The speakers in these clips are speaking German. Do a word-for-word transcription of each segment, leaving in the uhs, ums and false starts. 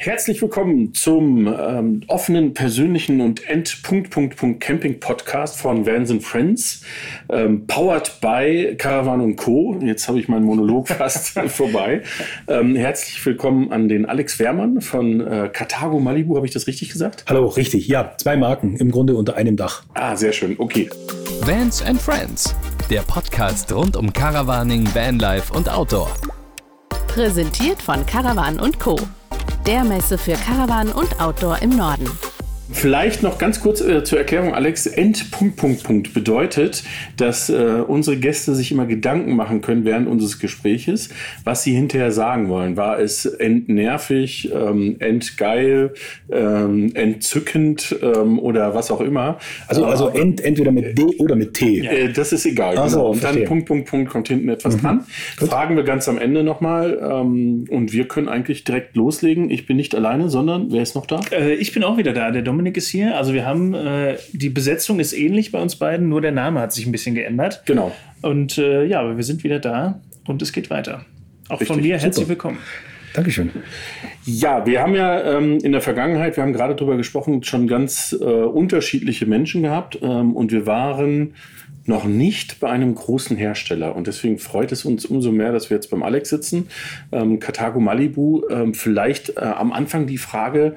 Herzlich willkommen zum ähm, offenen, persönlichen und End-Punkt-Punkt-Punkt-Camping-Podcast von Vans and Friends, ähm, powered by Caravan und Co. Jetzt habe ich meinen Monolog fast vorbei. Ähm, herzlich willkommen an den Alex Wehrmann von äh, Carthago Malibu. Habe ich das richtig gesagt? Hallo, richtig. Ja, zwei Marken im Grunde unter einem Dach. Ah, sehr schön. Okay. Vans and Friends, der Podcast rund um Caravaning, Vanlife und Outdoor. Präsentiert von Caravan und Co., der Messe für Caravan und Outdoor im Norden. Vielleicht noch ganz kurz äh, zur Erklärung, Alex. End-Punkt, Punkt, Punkt bedeutet, dass äh, unsere Gäste sich immer Gedanken machen können während unseres Gespräches, was sie hinterher sagen wollen. War es endnervig, ähm, endgeil, ähm, entzückend ähm, oder was auch immer. Also, also end, entweder mit D oder mit T. Äh, das ist egal. Ach so, genau. Und verstehe. dann Punkt, Punkt, Punkt kommt hinten etwas Mhm. dran. Gut. Fragen wir ganz am Ende nochmal. Ähm, und wir können eigentlich direkt loslegen. Ich bin nicht alleine, sondern wer ist noch da? Äh, ich bin auch wieder da. Der Dominik ist hier. Also wir haben, äh, die Besetzung ist ähnlich bei uns beiden, nur der Name hat sich ein bisschen geändert. Genau. Und äh, ja, aber wir sind wieder da und es geht weiter. Auch Richtig, von mir herzlich super. willkommen. Dankeschön. Ja, wir haben ja ähm, in der Vergangenheit, wir haben gerade drüber gesprochen, schon ganz äh, unterschiedliche Menschen gehabt ähm, und wir waren noch nicht bei einem großen Hersteller und deswegen freut es uns umso mehr, dass wir jetzt beim Alex sitzen. Ähm, Carthago Malibu, ähm, vielleicht äh, am Anfang die Frage,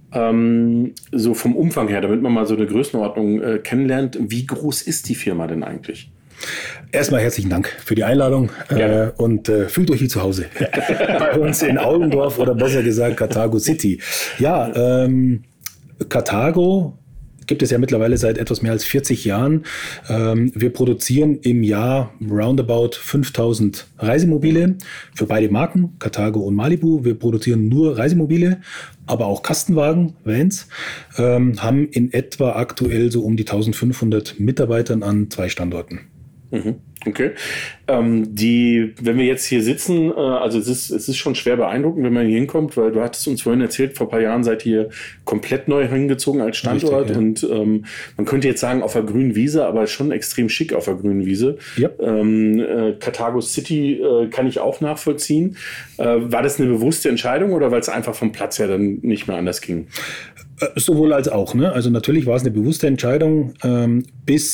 ähm, so vom Umfang her, damit man mal so eine Größenordnung äh, kennenlernt, wie groß ist die Firma denn eigentlich? Erstmal herzlichen Dank für die Einladung äh, und äh, fühlt euch wie zu Hause. Bei uns in Aulendorf oder besser gesagt Carthago City. Ja, ähm, Carthago gibt es ja mittlerweile seit etwas mehr als vierzig Jahren. Ähm, wir produzieren im Jahr roundabout fünftausend Reisemobile für beide Marken, Carthago und Malibu. Wir produzieren nur Reisemobile, aber auch Kastenwagen, Vans, ähm, haben in etwa aktuell so um die eintausendfünfhundert Mitarbeitern an zwei Standorten. Mhm. Okay. Ähm, die, wenn wir jetzt hier sitzen, äh, also es ist, es ist schon schwer beeindruckend, wenn man hier hinkommt, weil du hattest uns vorhin erzählt, vor ein paar Jahren seid ihr komplett neu hingezogen als Standort. Richtig, ja. Und ähm, man könnte jetzt sagen auf der grünen Wiese, aber schon extrem schick auf der grünen Wiese. Ja. Ähm, äh, Carthago City äh, kann ich auch nachvollziehen. Äh, war das eine bewusste Entscheidung oder weil es einfach vom Platz her dann nicht mehr anders ging? Sowohl als auch. Ne? Also natürlich war es eine bewusste Entscheidung ähm,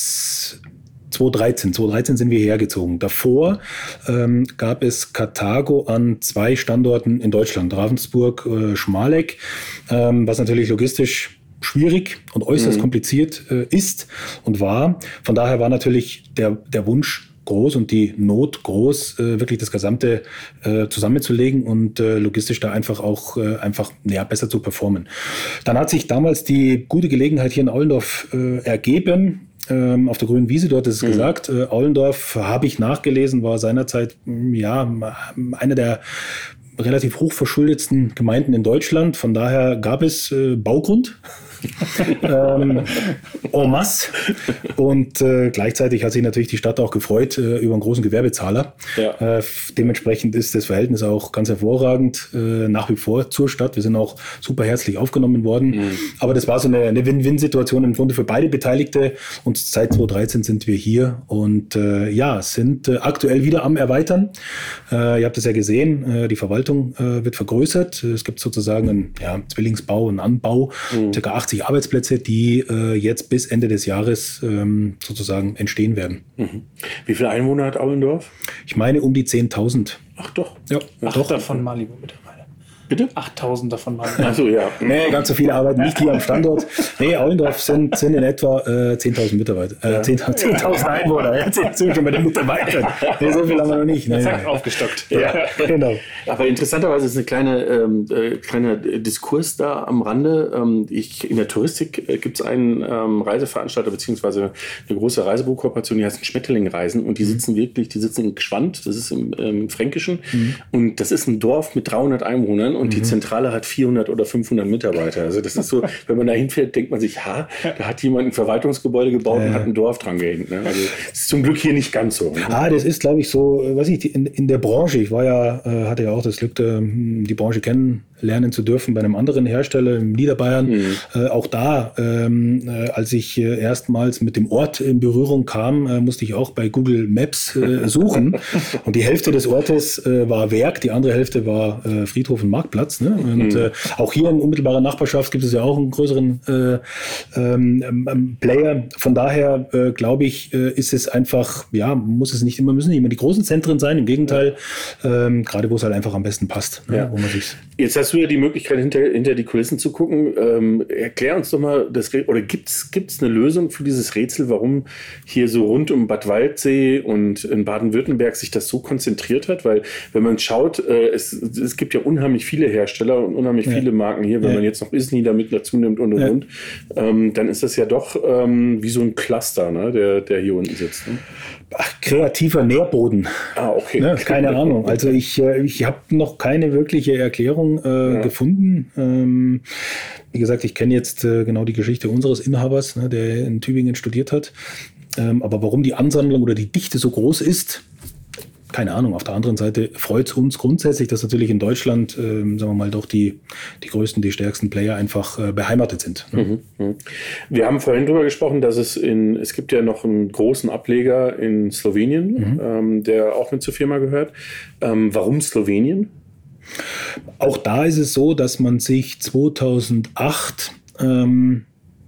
bis zweitausenddreizehn. zweitausenddreizehn sind wir hergezogen. Davor ähm, gab es Carthago an zwei Standorten in Deutschland, Ravensburg, äh, Schmaleck, ähm, was natürlich logistisch schwierig und äußerst mhm. kompliziert äh, ist und war. Von daher war natürlich der, der Wunsch groß und die Not groß, äh, wirklich das Gesamte äh, zusammenzulegen und äh, logistisch da einfach auch äh, einfach ja, besser zu performen. Dann hat sich damals die gute Gelegenheit hier in Aulendorf äh, ergeben, auf der grünen Wiese, dort ist es mhm. gesagt. Äh, Aulendorf, habe ich nachgelesen, war seinerzeit ja einer der relativ hochverschuldetsten Gemeinden in Deutschland. Von daher gab es äh, Baugrund. ähm, en masse. Und äh, gleichzeitig hat sich natürlich die Stadt auch gefreut äh, über einen großen Gewerbezahler. Ja. Äh, dementsprechend ist das Verhältnis auch ganz hervorragend äh, nach wie vor zur Stadt. Wir sind auch super herzlich aufgenommen worden. Mhm. Aber das war so eine, eine Win-Win-Situation im Grunde für beide Beteiligte. Und seit zweitausenddreizehn sind wir hier und äh, ja, sind äh, aktuell wieder am Erweitern. Äh, ihr habt es ja gesehen, äh, die Verwaltung äh, wird vergrößert. Es gibt sozusagen einen ja, Zwillingsbau, einen Anbau, mhm. ca. achtzig Arbeitsplätze, die äh, jetzt bis Ende des Jahres ähm, sozusagen entstehen werden. Mhm. Wie viele Einwohner hat Aulendorf? Ich meine um die zehntausend. Ach doch. Ja, Ach, doch. davon Malibu mittlerweile. Bitte? achttausend davon Malibu. Achso, ja. Nee, ganz so viele arbeiten nicht hier am Standort. Nee, Aulendorf sind, sind in etwa äh, zehntausend Mitarbeiter. Äh, ja. zehntausend Einwohner. Jetzt sind wir schon bei den Mitarbeitern. Nee, so viel haben wir noch nicht. Nee, Zack, aufgestockt. Ja, genau. Aber interessanterweise ist eine kleine ähm, äh, kleiner Diskurs da am Rande. Ähm, ich, in der Touristik äh, gibt es einen ähm, Reiseveranstalter beziehungsweise eine große Reisebuchkooperation, die heißt Schmetterlingreisen und die sitzen wirklich, die sitzen in Gschwand, das ist im ähm, Fränkischen mhm. und das ist ein Dorf mit dreihundert Einwohnern und mhm. die Zentrale hat vierhundert oder fünfhundert Mitarbeiter. Also das ist so, wenn man da hinfährt, denkt man sich, ha, da hat jemand ein Verwaltungsgebäude gebaut äh. und hat ein Dorf dran gehängt. Ne? Also das ist zum Glück hier nicht ganz so. Ne? Ah, das ist, glaube ich, so, weiß ich, in, in der Branche, ich war ja, äh, hatte ja auch das Glück, die Branche kennen lernen zu dürfen bei einem anderen Hersteller in Niederbayern. Mhm. Äh, auch da, ähm, äh, als ich äh, erstmals mit dem Ort in Berührung kam, äh, musste ich auch bei Google Maps äh, suchen. Und die Hälfte des Ortes äh, war Werk, die andere Hälfte war äh, Friedhof und Marktplatz. Ne? Und mhm. äh, auch hier in unmittelbarer Nachbarschaft gibt es ja auch einen größeren äh, ähm, ähm, Player. Von daher äh, glaube ich, äh, ist es einfach, ja, muss es nicht immer, müssen nicht immer die großen Zentren sein. Im Gegenteil, ähm, gerade wo es halt einfach am besten passt. Ne? Ja. Wo man sich's Jetzt hast du ja die Möglichkeit, hinter, hinter die Kulissen zu gucken. Ähm, erklär uns doch mal, das, oder gibt es eine Lösung für dieses Rätsel, warum hier so rund um Bad Waldsee und in Baden-Württemberg sich das so konzentriert hat? Weil wenn man schaut, äh, es, es gibt ja unheimlich viele Hersteller und unheimlich ja. viele Marken hier. Wenn ja. man jetzt noch Isny damit dazu nimmt und und ja. und, ähm, dann ist das ja doch ähm, wie so ein Cluster, ne, der, der hier unten sitzt. Ne? Ach, kreativer Nährboden. Ah, okay. Ne, keine Ahnung. Also ich, ich habe noch keine wirkliche Erklärung äh, ja. gefunden. Ähm, wie gesagt, ich kenne jetzt äh, genau die Geschichte unseres Inhabers, ne, der in Tübingen studiert hat. Ähm, aber warum die Ansammlung oder die Dichte so groß ist, keine Ahnung. Auf der anderen Seite freut es uns grundsätzlich, dass natürlich in Deutschland, ähm, sagen wir mal, doch die, die größten, die stärksten Player einfach äh, beheimatet sind. Ne? Mhm. Wir haben vorhin darüber gesprochen, dass es in, es gibt ja noch einen großen Ableger in Slowenien, mhm. ähm, der auch mit zur Firma gehört. Ähm, warum Slowenien? Auch da ist es so, dass man sich zweitausendacht ähm,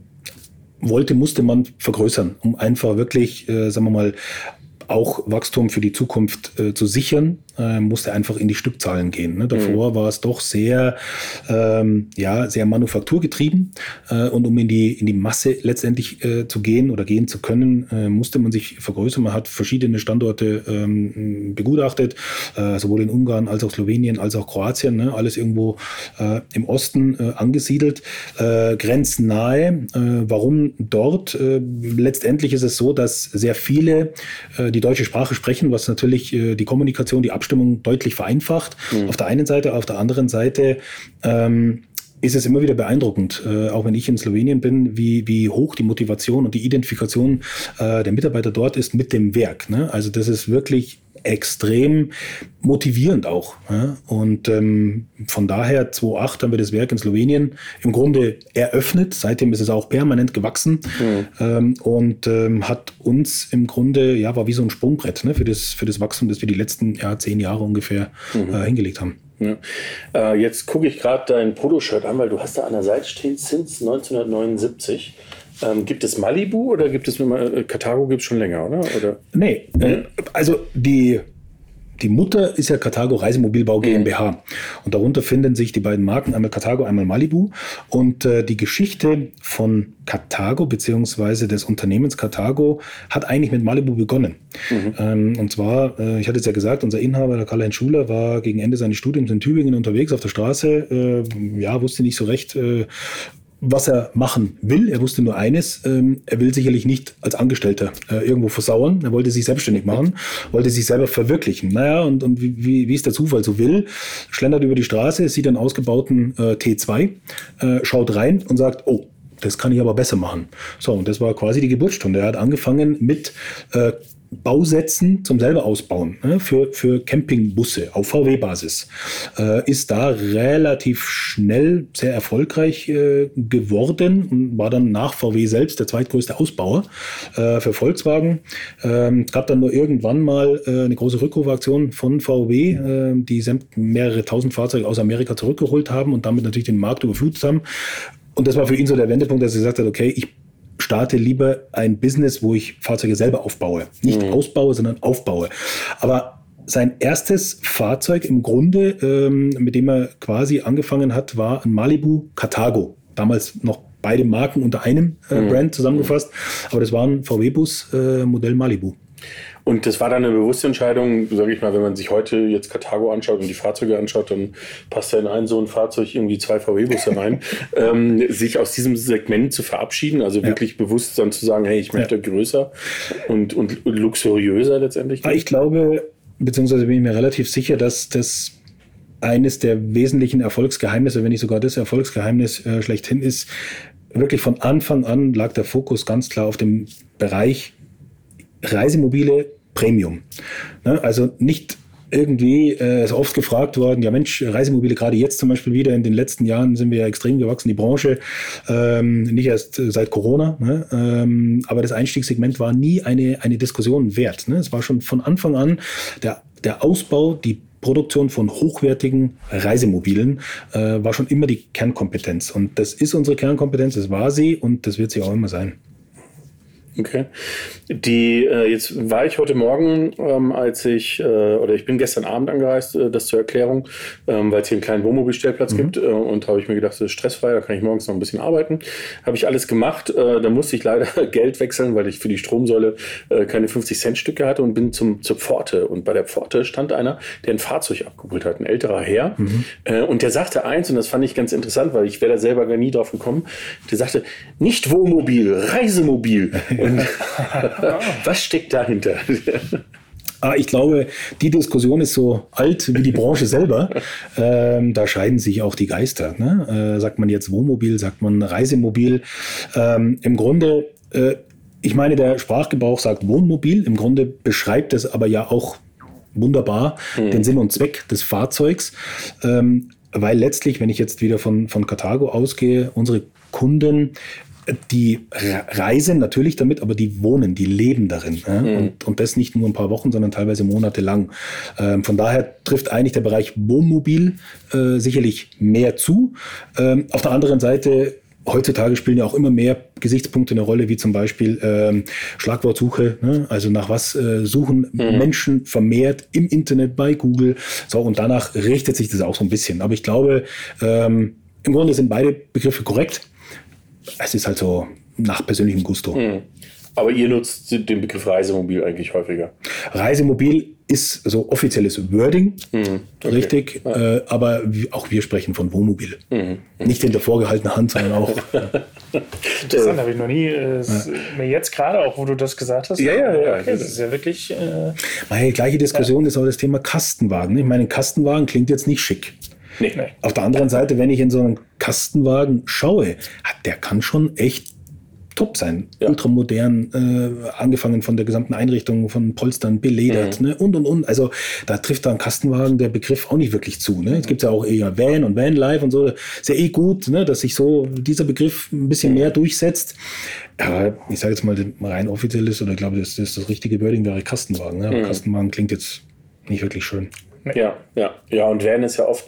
wollte, musste man vergrößern, um einfach wirklich, äh, sagen wir mal, auch Wachstum für die Zukunft äh, zu sichern, äh, musste einfach in die Stückzahlen gehen. Ne? Davor mhm. war es doch sehr, ähm, ja, sehr manufakturgetrieben äh, und um in die, in die Masse letztendlich äh, zu gehen oder gehen zu können, äh, musste man sich vergrößern. Man hat verschiedene Standorte ähm, begutachtet, äh, sowohl in Ungarn als auch Slowenien als auch Kroatien, ne? Alles irgendwo äh, im Osten äh, angesiedelt, äh, grenznahe. Äh, warum dort? Äh, letztendlich ist es so, dass sehr viele äh, die deutsche Sprache sprechen, was natürlich äh, die Kommunikation, die Abstimmung deutlich vereinfacht. Mhm. Auf der einen Seite, auf der anderen Seite ähm, ist es immer wieder beeindruckend, äh, auch wenn ich in Slowenien bin, wie, wie hoch die Motivation und die Identifikation äh, der Mitarbeiter dort ist mit dem Werk. Ne? Also das ist wirklich extrem motivierend auch. Ja? Und ähm, von daher zweitausendacht haben wir das Werk in Slowenien im Grunde eröffnet. Seitdem ist es auch permanent gewachsen mhm. ähm, und ähm, hat uns im Grunde, ja, war wie so ein Sprungbrett, ne, für das, für das Wachstum, das wir die letzten ja, zehn Jahre ungefähr mhm. äh, hingelegt haben. Ja. Äh, jetzt gucke ich gerade dein Poloshirt an, weil du hast da an der Seite stehen, since neunzehnhundertneunundsiebzig. Ähm, gibt es Malibu oder gibt es äh, Carthago gibt es schon länger, oder? oder? Nee, äh, also die, die Mutter ist ja Carthago Reisemobilbau GmbH. Mhm. Und darunter finden sich die beiden Marken, einmal Carthago, einmal Malibu. Und äh, die Geschichte von Carthago beziehungsweise des Unternehmens Carthago hat eigentlich mit Malibu begonnen. Mhm. Ähm, und zwar, äh, ich hatte es ja gesagt, unser Inhaber, der Karl-Heinz Schuler, war gegen Ende seines Studiums in Tübingen unterwegs auf der Straße. Äh, ja, wusste nicht so recht, äh, was er machen will. Er wusste nur eines, ähm, er will sicherlich nicht als Angestellter äh, irgendwo versauern. Er wollte sich selbstständig machen, wollte sich selber verwirklichen. Naja, und, und wie, wie es der Zufall so will, schlendert über die Straße, sieht einen ausgebauten äh, T zwei, äh, schaut rein und sagt, oh, das kann ich aber besser machen. So, und das war quasi die Geburtsstunde. Er hat angefangen mit äh, Bausätzen zum selber ausbauen, ne, für, für Campingbusse auf V W-Basis. Äh, ist da relativ schnell sehr erfolgreich äh, geworden und war dann nach V W selbst der zweitgrößte Ausbauer äh, für Volkswagen. Ähm, es gab dann nur irgendwann mal äh, eine große Rückrufaktion von V W, äh, die mehrere tausend Fahrzeuge aus Amerika zurückgeholt haben und damit natürlich den Markt überflutet haben. Und das war für ihn so der Wendepunkt, dass er gesagt hat, okay, ich starte lieber ein Business, wo ich Fahrzeuge selber aufbaue. Nicht mhm. ausbaue, sondern aufbaue. Aber sein erstes Fahrzeug im Grunde, ähm, mit dem er quasi angefangen hat, war ein Malibu Carthago. Damals noch beide Marken unter einem äh, mhm. Brand zusammengefasst. Aber das war ein V W-Bus äh, Modell Malibu. Und das war dann eine bewusste Entscheidung, sage ich mal, wenn man sich heute jetzt Carthago anschaut und die Fahrzeuge anschaut, dann passt da in ein so ein Fahrzeug irgendwie zwei V W-Busse rein, ähm, sich aus diesem Segment zu verabschieden, also ja. wirklich bewusst dann zu sagen, hey, ich möchte ja. größer und, und luxuriöser letztendlich. Ich glaube, beziehungsweise bin ich mir relativ sicher, dass das eines der wesentlichen Erfolgsgeheimnisse, wenn nicht sogar das Erfolgsgeheimnis äh, schlechthin ist, wirklich von Anfang an lag der Fokus ganz klar auf dem Bereich Reisemobile Premium. Ne? Also nicht irgendwie äh, ist oft gefragt worden, ja Mensch, Reisemobile, gerade jetzt zum Beispiel wieder, in den letzten Jahren sind wir ja extrem gewachsen, die Branche, ähm, nicht erst seit Corona, ne? ähm, aber das Einstiegssegment war nie eine, eine Diskussion wert. Ne? Es war schon von Anfang an der, der Ausbau, die Produktion von hochwertigen Reisemobilen äh, war schon immer die Kernkompetenz. Und das ist unsere Kernkompetenz, das war sie und das wird sie auch immer sein. Okay. Die, äh, jetzt war ich heute Morgen, ähm, als ich, äh, oder ich bin gestern Abend angereist, äh, das zur Erklärung, ähm, weil es hier einen kleinen Wohnmobilstellplatz mhm. gibt, äh, und habe ich mir gedacht, das ist stressfrei, da kann ich morgens noch ein bisschen arbeiten. Habe ich alles gemacht, äh, da musste ich leider Geld wechseln, weil ich für die Stromsäule äh, keine fünfzig Cent Stücke hatte und bin zum, zur Pforte. Und bei der Pforte stand einer, der ein Fahrzeug abgeholt hat, ein älterer Herr. Mhm. Äh, und der sagte eins, und das fand ich ganz interessant, weil ich wäre da selber gar nie drauf gekommen, der sagte, nicht Wohnmobil, Reisemobil. Und was steckt dahinter? Ah, ich glaube, die Diskussion ist so alt wie die Branche selber. Ähm, da scheiden sich auch die Geister. Ne? Äh, sagt man jetzt Wohnmobil, sagt man Reisemobil. Ähm, Im Grunde, äh, ich meine, der Sprachgebrauch sagt Wohnmobil. Im Grunde beschreibt es aber ja auch wunderbar mhm. den Sinn und Zweck des Fahrzeugs. Ähm, weil letztlich, wenn ich jetzt wieder von, von Carthago ausgehe, unsere Kunden, die reisen natürlich damit, aber die wohnen, die leben darin. Ja? Mhm. Und, und das nicht nur ein paar Wochen, sondern teilweise monatelang. Ähm, von daher trifft eigentlich der Bereich Wohnmobil äh, sicherlich mehr zu. Ähm, auf der anderen Seite, heutzutage spielen ja auch immer mehr Gesichtspunkte eine Rolle, wie zum Beispiel ähm, Schlagwortsuche. Ne? Also nach was äh, suchen mhm. Menschen vermehrt im Internet bei Google. So, und danach richtet sich das auch so ein bisschen. Aber ich glaube, ähm, im Grunde sind beide Begriffe korrekt. Es ist halt so nach persönlichem Gusto. Mhm. Aber ihr nutzt den Begriff Reisemobil eigentlich häufiger? Reisemobil ist so offizielles Wording, mhm. okay. richtig. Ja. Äh, aber auch wir sprechen von Wohnmobil. Mhm. Nicht in der vorgehaltenen Hand, sondern auch... Interessant, habe ich noch nie... Äh, ja. Mir jetzt gerade auch, wo du das gesagt hast. Ja, ja, ja. Okay, das ist ja wirklich... Äh, Meine gleiche Diskussion ja. ist auch das Thema Kastenwagen. Ich meine, ein Kastenwagen klingt jetzt nicht schick. Nee. Auf der anderen Seite, wenn ich in so einen Kastenwagen schaue, der kann schon echt top sein. Ja. Ultramodern, äh, angefangen von der gesamten Einrichtung, von Polstern, beledert, mhm. ne, und, und, und. Also da trifft da ein Kastenwagen der Begriff auch nicht wirklich zu. Ne? Es gibt ja auch eher Van und Vanlife und so. Ist ja eh gut, ne, dass sich so dieser Begriff ein bisschen mhm. mehr durchsetzt. Aber ich sage jetzt mal, rein offiziell ist, oder ich glaube, das, das, das richtige Wording wäre Kastenwagen. Ne? Aber mhm. Kastenwagen klingt jetzt nicht wirklich schön. Ja, ja, ja, und Van ist ja oft,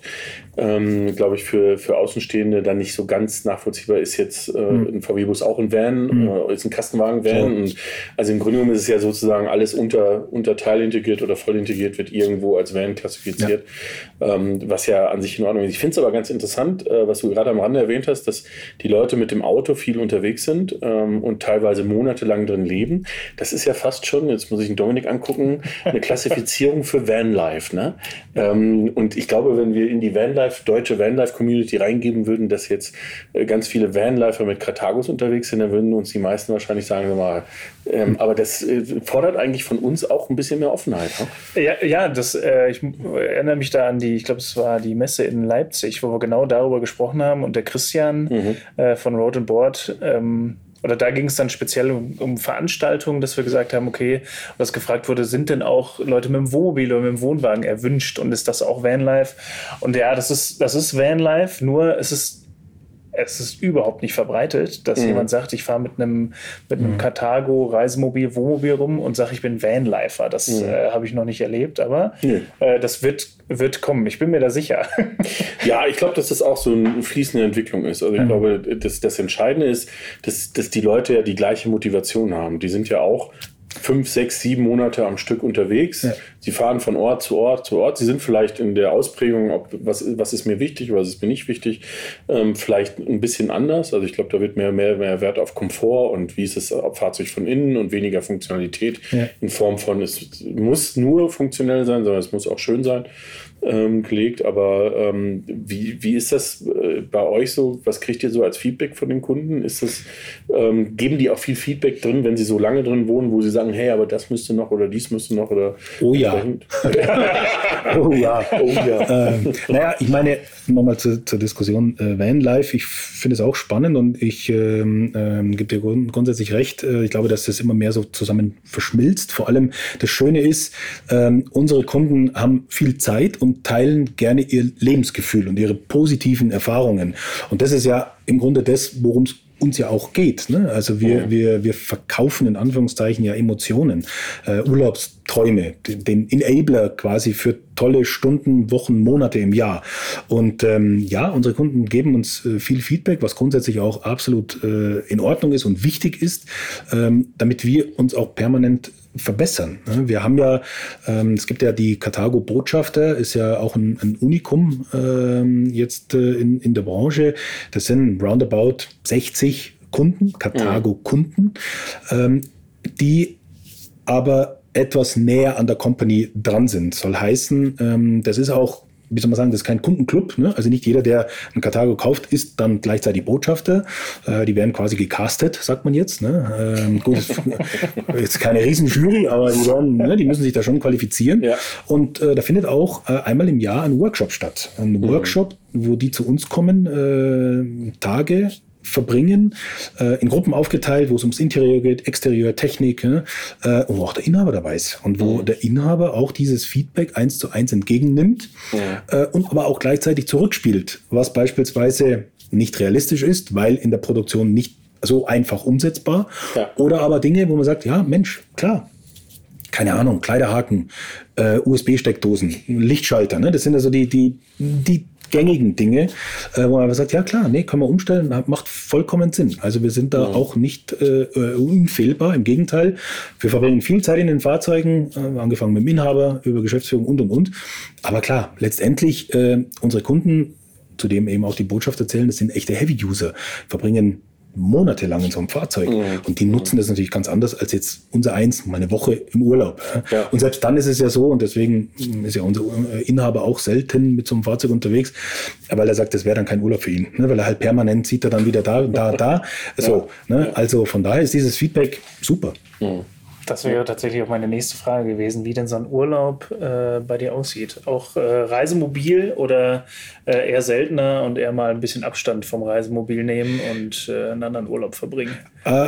ähm, glaube ich, für, für Außenstehende dann nicht so ganz nachvollziehbar. Ist jetzt äh, mhm. ein V W-Bus auch ein Van, mhm. äh, ist ein Kastenwagen-Van. Ja. Und also im Grunde genommen ist es ja sozusagen alles unter, unter Teil integriert oder voll integriert, wird irgendwo als Van klassifiziert, ja. Ähm, was ja an sich in Ordnung ist. Ich finde es aber ganz interessant, äh, was du gerade am Rande erwähnt hast, dass die Leute mit dem Auto viel unterwegs sind ähm, und teilweise monatelang drin leben. Das ist ja fast schon, jetzt muss ich den Dominik angucken, eine Klassifizierung für Vanlife, ne? Ähm, und ich glaube, wenn wir in die Vanlife, deutsche Vanlife-Community reingeben würden, dass jetzt äh, ganz viele Vanlifer mit Carthagos unterwegs sind, dann würden uns die meisten wahrscheinlich sagen, sag mal, ähm, aber das äh, fordert eigentlich von uns auch ein bisschen mehr Offenheit. Ne? Ja, ja, das, äh, ich erinnere mich da an die, ich glaube, es war die Messe in Leipzig, wo wir genau darüber gesprochen haben und der Christian mhm. äh, von Road and Board, ähm, oder da ging es dann speziell um, um Veranstaltungen, dass wir gesagt haben, okay, was gefragt wurde, sind denn auch Leute mit dem Wohnmobil oder mit dem Wohnwagen erwünscht und ist das auch Vanlife? Und ja, das ist, das ist Vanlife, nur es ist Es ist überhaupt nicht verbreitet, dass mhm. jemand sagt, ich fahre mit einem mit einem mhm. Carthago, Reisemobil, Wohnmobil rum und sage, ich bin Vanlifer. Das mhm. äh, habe ich noch nicht erlebt, aber mhm. äh, das wird, wird kommen. Ich bin mir da sicher. Ja, ich glaube, dass das auch so eine fließende Entwicklung ist. Also ich mhm. glaube, das, das Entscheidende ist, dass, dass die Leute ja die gleiche Motivation haben. Die sind ja auch fünf, sechs, sieben Monate am Stück unterwegs. Ja. Sie fahren von Ort zu Ort zu Ort. Sie sind vielleicht in der Ausprägung, ob, was, was ist mir wichtig, was ist mir nicht wichtig, ähm, vielleicht ein bisschen anders. Also ich glaube, da wird mehr, mehr, mehr Wert auf Komfort und wie ist das Fahrzeug von innen und weniger Funktionalität ja. in Form von, es muss nur funktionell sein, sondern es muss auch schön sein. ähm, gelegt. Aber ähm, wie, wie ist das äh, bei euch so? Was kriegt ihr so als Feedback von den Kunden? Ist das, ähm, geben die auch viel Feedback drin, wenn sie so lange drin wohnen, wo sie sagen, hey, aber das müsste noch oder dies müsste noch? Oder oh ja. oh ja. Oh ja. ähm, naja, ich meine, nochmal zu, zur Diskussion äh, Vanlife. Ich finde es auch spannend und ich ähm, ähm, gebe dir grund- grundsätzlich recht. Äh, ich glaube, dass das immer mehr so zusammen verschmilzt. Vor allem das Schöne ist, ähm, unsere Kunden haben viel Zeit und teilen gerne ihr Lebensgefühl und ihre positiven Erfahrungen. Und das ist ja im Grunde das, worum es uns ja auch geht. Ne? Also wir, ja. wir, wir verkaufen in Anführungszeichen ja Emotionen, äh, Urlaubsträume, den, den Enabler quasi für tolle Stunden, Wochen, Monate im Jahr. Und ähm, ja, unsere Kunden geben uns äh, viel Feedback, was grundsätzlich auch absolut äh, in Ordnung ist und wichtig ist, ähm, damit wir uns auch permanent verbessern. Wir haben ja, ähm, es gibt ja die Karthago Botschafter, ist ja auch ein, ein Unikum ähm, jetzt äh, in, in der Branche. Das sind roundabout sechzig Kunden, Karthago Kunden, ähm, die aber etwas näher an der Company dran sind. Soll heißen, ähm, das ist auch, wie soll man sagen, das ist kein Kundenclub. Ne? Also nicht jeder, der ein Karthago kauft, ist dann gleichzeitig Botschafter. Äh, die werden quasi gecastet, sagt man jetzt. Ne? Ähm, gut, jetzt keine Riesenjury, aber die, werden, ne, die müssen sich da schon qualifizieren. Ja. Und äh, da findet auch äh, einmal im Jahr ein Workshop statt. Ein mhm. Workshop, wo die zu uns kommen, äh, Tage verbringen, äh, in Gruppen aufgeteilt, wo es ums Interieur geht, Exterieur, Technik, äh, und wo auch der Inhaber dabei ist und wo mhm. der Inhaber auch dieses Feedback eins zu eins entgegennimmt ja. äh, und aber auch gleichzeitig zurückspielt, was beispielsweise nicht realistisch ist, weil in der Produktion nicht so einfach umsetzbar ja. oder aber Dinge, wo man sagt, ja Mensch, klar, keine Ahnung, Kleiderhaken, äh, U S B-Steckdosen, Lichtschalter, ne? Das sind also die, die, die gängigen Dinge, äh, wo man aber sagt, ja klar, nee, können wir umstellen, macht vollkommen Sinn. Also wir sind da ja. auch nicht äh, unfehlbar, im Gegenteil, wir verbringen viel Zeit in den Fahrzeugen, äh, angefangen mit dem Inhaber, über Geschäftsführung und und und. Aber klar, letztendlich äh, unsere Kunden, zu dem eben auch die Botschafter zählen, das sind echte Heavy-User, verbringen monatelang in so einem Fahrzeug. Mhm. Und die nutzen das natürlich ganz anders als jetzt unser eins, mal eine Woche im Urlaub. Ja. Und selbst dann ist es ja so, und deswegen ist ja unser Inhaber auch selten mit so einem Fahrzeug unterwegs, weil er sagt, das wäre dann kein Urlaub für ihn. Ne? Weil er halt permanent sieht er dann wieder da, da, da. So, ja. Ne? Also von daher ist dieses Feedback super. Mhm. Das wäre tatsächlich auch meine nächste Frage gewesen, wie denn so ein Urlaub äh, bei dir aussieht. Auch äh, Reisemobil oder äh, eher seltener und eher mal ein bisschen Abstand vom Reisemobil nehmen und äh, einen anderen Urlaub verbringen? Äh,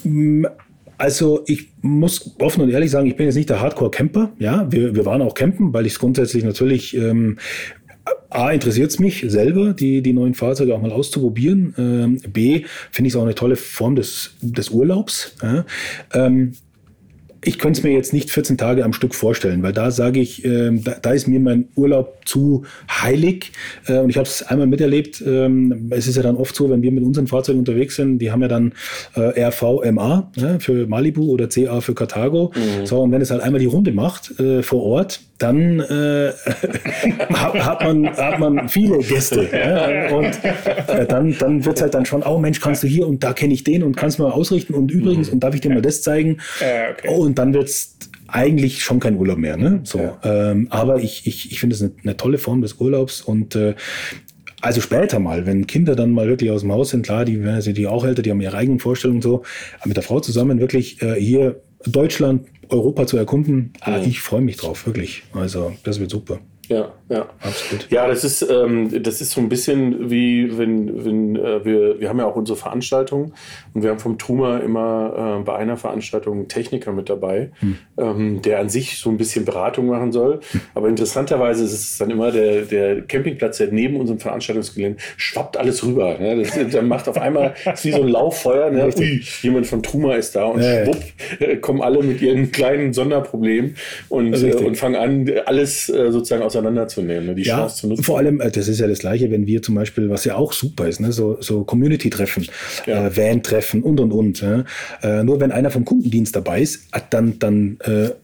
also ich muss offen und ehrlich sagen, ich bin jetzt nicht der Hardcore-Camper. Ja, wir, wir waren auch campen, weil ich es grundsätzlich natürlich... Ähm, A, interessiert es mich selber, die, die neuen Fahrzeuge auch mal auszuprobieren. Ähm, B, finde ich es auch eine tolle Form des, des Urlaubs. Ja. Ähm, Ich könnte es mir jetzt nicht vierzehn Tage am Stück vorstellen, weil da sage ich, äh, da, da ist mir mein Urlaub zu heilig. Äh, und ich habe es einmal miterlebt. Ähm, es ist ja dann oft so, wenn wir mit unseren Fahrzeugen unterwegs sind, die haben ja dann äh, R V M A ja, für Malibu oder C A für Karthago. Mhm. So, und wenn es halt einmal die Runde macht äh, vor Ort, dann äh, hat, hat, man, hat man viele Gäste. Ja, und äh, dann, dann wird es halt dann schon, oh Mensch, kannst du hier und da kenne ich den und kannst mal ausrichten und übrigens, mhm. und darf ich dir mal das zeigen? Ja, okay. Und dann wird es eigentlich schon kein Urlaub mehr. Ne? So, ja. ähm, aber ich, ich, ich finde es eine, eine tolle Form des Urlaubs und äh, also später mal, wenn Kinder dann mal wirklich aus dem Haus sind, klar, die werden die auch älter, die haben ihre eigenen Vorstellungen und so, aber mit der Frau zusammen wirklich äh, hier Deutschland, Europa zu erkunden, ah, ich freue mich drauf, wirklich. Also das wird super. Ja, ja. Absolut. Ja, das ist, ähm, das ist so ein bisschen wie, wenn, wenn äh, wir, wir haben ja auch unsere Veranstaltungen und wir haben vom Truma immer äh, bei einer Veranstaltung einen Techniker mit dabei, hm. ähm, der an sich so ein bisschen Beratung machen soll. Hm. Aber interessanterweise ist es dann immer der, der Campingplatz, der neben unserem Veranstaltungsgelände schwappt alles rüber. Ne? Das, dann macht auf einmal, das ist wie so ein Lauffeuer, ne? Ui, jemand von Truma ist da und ja, schwupp, äh, kommen alle mit ihren kleinen Sonderproblemen und, äh, und fangen an, alles äh, sozusagen auseinanderzunehmen, ne? Die ja, Chance zu nutzen. Vor allem, das ist ja das Gleiche, wenn wir zum Beispiel, was ja auch super ist, ne? so, so Community-Treffen, ja. äh, Van-Treffen und und und. Ja? Äh, nur wenn einer vom Kundendienst dabei ist, dann, dann äh,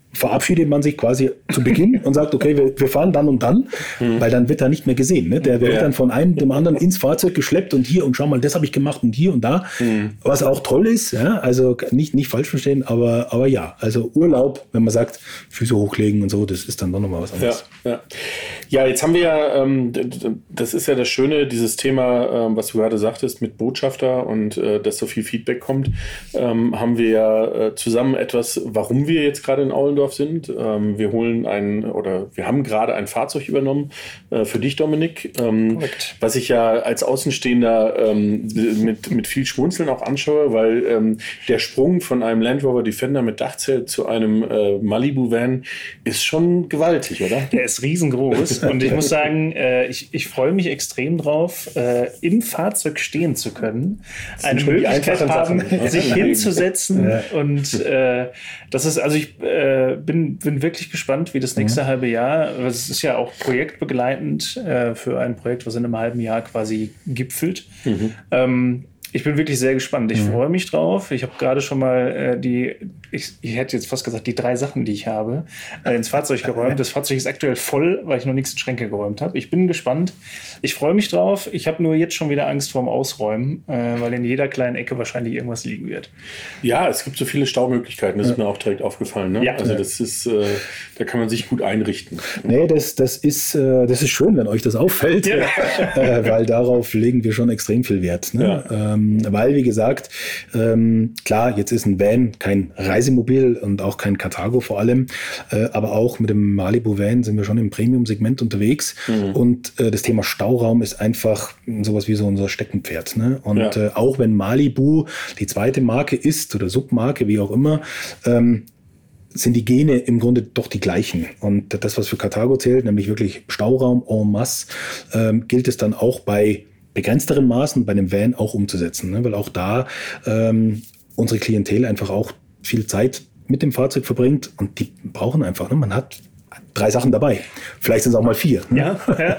verabschiedet man sich quasi zu Beginn und sagt, okay, wir, wir fahren dann und dann, mhm. weil dann wird er nicht mehr gesehen. Ne? Der wird ja. dann von einem dem anderen ins Fahrzeug geschleppt und hier und schau mal, das habe ich gemacht und hier und da, mhm. was auch toll ist. Ja? Also nicht, nicht falsch verstehen, aber, aber ja, also Urlaub, wenn man sagt, Füße hochlegen und so, das ist dann doch nochmal was anderes. Ja, ja. ja, jetzt haben wir ja, ähm, das ist ja das Schöne, dieses Thema, ähm, was du gerade sagtest, mit Botschafter und äh, dass so viel Feedback kommt, ähm, haben wir ja äh, zusammen etwas, warum wir jetzt gerade in Aulendorf sind. Ähm, wir holen ein oder wir haben gerade ein Fahrzeug übernommen äh, für dich, Dominik, ähm, was ich ja als Außenstehender ähm, mit, mit viel Schmunzeln auch anschaue, weil ähm, der Sprung von einem Land Rover Defender mit Dachzelt zu einem äh, Malibu-Van ist schon gewaltig, oder? Der ist riesengroß und ich muss sagen, äh, ich, ich freue mich extrem drauf, äh, im Fahrzeug stehen zu können, eine Möglichkeit haben, sich hinzusetzen ja. und äh, das ist, also ich äh, bin, bin wirklich gespannt, wie das nächste mhm. halbe Jahr, es ist ja auch projektbegleitend äh, für ein Projekt, was in einem halben Jahr quasi gipfelt. Mhm. Ähm, ich bin wirklich sehr gespannt. Ich mhm. freue mich drauf. Ich habe gerade schon mal äh, die, ich, ich hätte jetzt fast gesagt, die drei Sachen, die ich habe, äh, ins Fahrzeug geräumt. Das Fahrzeug ist aktuell voll, weil ich noch nichts in Schränke geräumt habe. Ich bin gespannt. Ich freue mich drauf. Ich habe nur jetzt schon wieder Angst vorm Ausräumen, äh, weil in jeder kleinen Ecke wahrscheinlich irgendwas liegen wird. Ja, es gibt so viele Staumöglichkeiten. Das ja. ist mir auch direkt aufgefallen. Ne? Ja. Also das ist, äh, da kann man sich gut einrichten. Nee, das, das, ist, äh, das ist schön, wenn euch das auffällt, ja. äh, weil darauf legen wir schon extrem viel Wert. Ne? Ja. Ähm, weil, wie gesagt, ähm, klar, jetzt ist ein Van kein Reisemobil und auch kein Carthago vor allem, äh, aber auch mit dem Malibu Van sind wir schon im Premium-Segment unterwegs mhm. und äh, das Thema Stauraum ist einfach sowas wie so unser Steckenpferd. Ne? Und ja. äh, auch wenn Malibu die zweite Marke ist oder Submarke, wie auch immer, ähm, sind die Gene im Grunde doch die gleichen. Und das, was für Carthago zählt, nämlich wirklich Stauraum en masse, ähm, gilt es dann auch bei begrenzteren Maßen bei einem Van auch umzusetzen, ne? Weil auch da ähm, unsere Klientel einfach auch viel Zeit mit dem Fahrzeug verbringt und die brauchen einfach, ne? Man hat drei Sachen dabei. Vielleicht sind es auch mal vier. Ne? Ja, ja.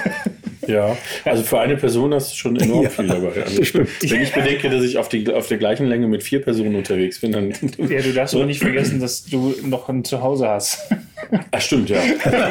Ja, also für eine Person hast du schon enorm ja, viel dabei. Also wenn ich bedenke, dass ich auf, die, auf der gleichen Länge mit vier Personen unterwegs bin, dann... Ja, du darfst aber nicht vergessen, dass du noch ein Zuhause hast. Ach, stimmt, ja.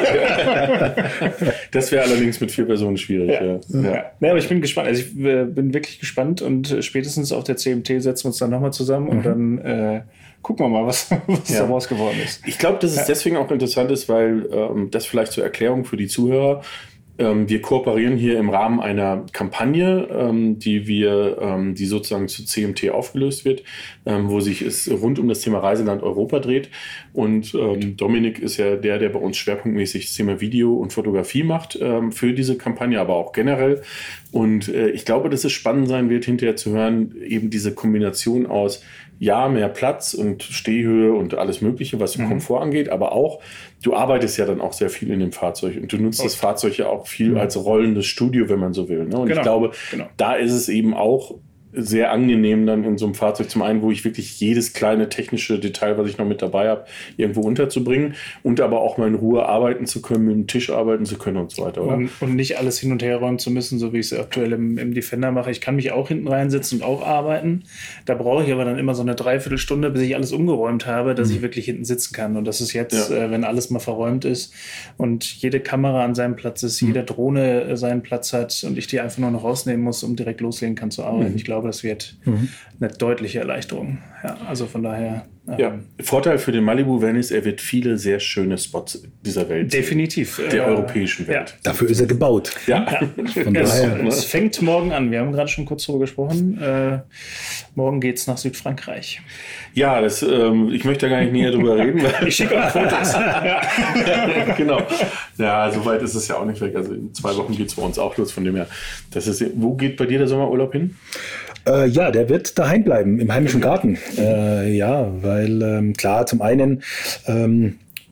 Das wäre allerdings mit vier Personen schwierig. Ja. Ja. Ja. Ja. Ja, aber ich bin gespannt. Also ich äh, bin wirklich gespannt und äh, spätestens auf der C M T setzen wir uns dann nochmal zusammen und mhm. dann äh, gucken wir mal, was, was ja. daraus geworden ist. Ich glaube, dass es ja. deswegen auch interessant ist, weil ähm, das vielleicht zur Erklärung für die Zuhörer. Wir kooperieren hier im Rahmen einer Kampagne, die wir, die sozusagen zu C M T aufgelöst wird, wo sich es rund um das Thema Reiseland Europa dreht. Und Dominik ist ja der, der bei uns schwerpunktmäßig das Thema Video und Fotografie macht für diese Kampagne, aber auch generell. Und ich glaube, dass es spannend sein wird, hinterher zu hören, eben diese Kombination aus ja, mehr Platz und Stehhöhe und alles Mögliche, was mhm. Komfort angeht, aber auch, du arbeitest ja dann auch sehr viel in dem Fahrzeug und du nutzt okay. das Fahrzeug ja auch viel mhm. als rollendes Studio, wenn man so will. Ne? Und genau. ich glaube, genau. da ist es eben auch sehr angenehm dann in so einem Fahrzeug zum einen, wo ich wirklich jedes kleine technische Detail, was ich noch mit dabei habe, irgendwo unterzubringen und aber auch mal in Ruhe arbeiten zu können, mit dem Tisch arbeiten zu können und so weiter. Oder? Und, und nicht alles hin und her räumen zu müssen, so wie ich es aktuell im, im Defender mache. Ich kann mich auch hinten reinsetzen und auch arbeiten. Da brauche ich aber dann immer so eine Dreiviertelstunde, bis ich alles umgeräumt habe, dass mhm. ich wirklich hinten sitzen kann. Und das ist jetzt, ja. äh, wenn alles mal verräumt ist und jede Kamera an seinem Platz ist, mhm. jede Drohne äh, seinen Platz hat und ich die einfach nur noch rausnehmen muss, um direkt loslegen kann zu arbeiten. Mhm. Ich glaube, das wird mhm. eine deutliche Erleichterung. Ja, also von daher. Ähm, ja, Vorteil für den Malibu Van ist, er wird viele sehr schöne Spots dieser Welt. Definitiv. Der äh, europäischen Welt. Ja. Dafür ist er gebaut. Ja. ja. Von es, daher. Es fängt morgen an. Wir haben gerade schon kurz darüber gesprochen. Äh, morgen geht es nach Südfrankreich. Ja, das, ähm, ich möchte da gar nicht näher drüber reden. Weil ich schicke euch Fotos. ja, genau. Ja, so weit ist es ja auch nicht weg. Also in zwei Wochen geht es bei uns auch los. Von dem her, das ist, wo geht bei dir der Sommerurlaub hin? Äh, ja, der wird daheim bleiben, im heimischen Garten. Äh, ja, weil ähm, klar, zum einen ähm,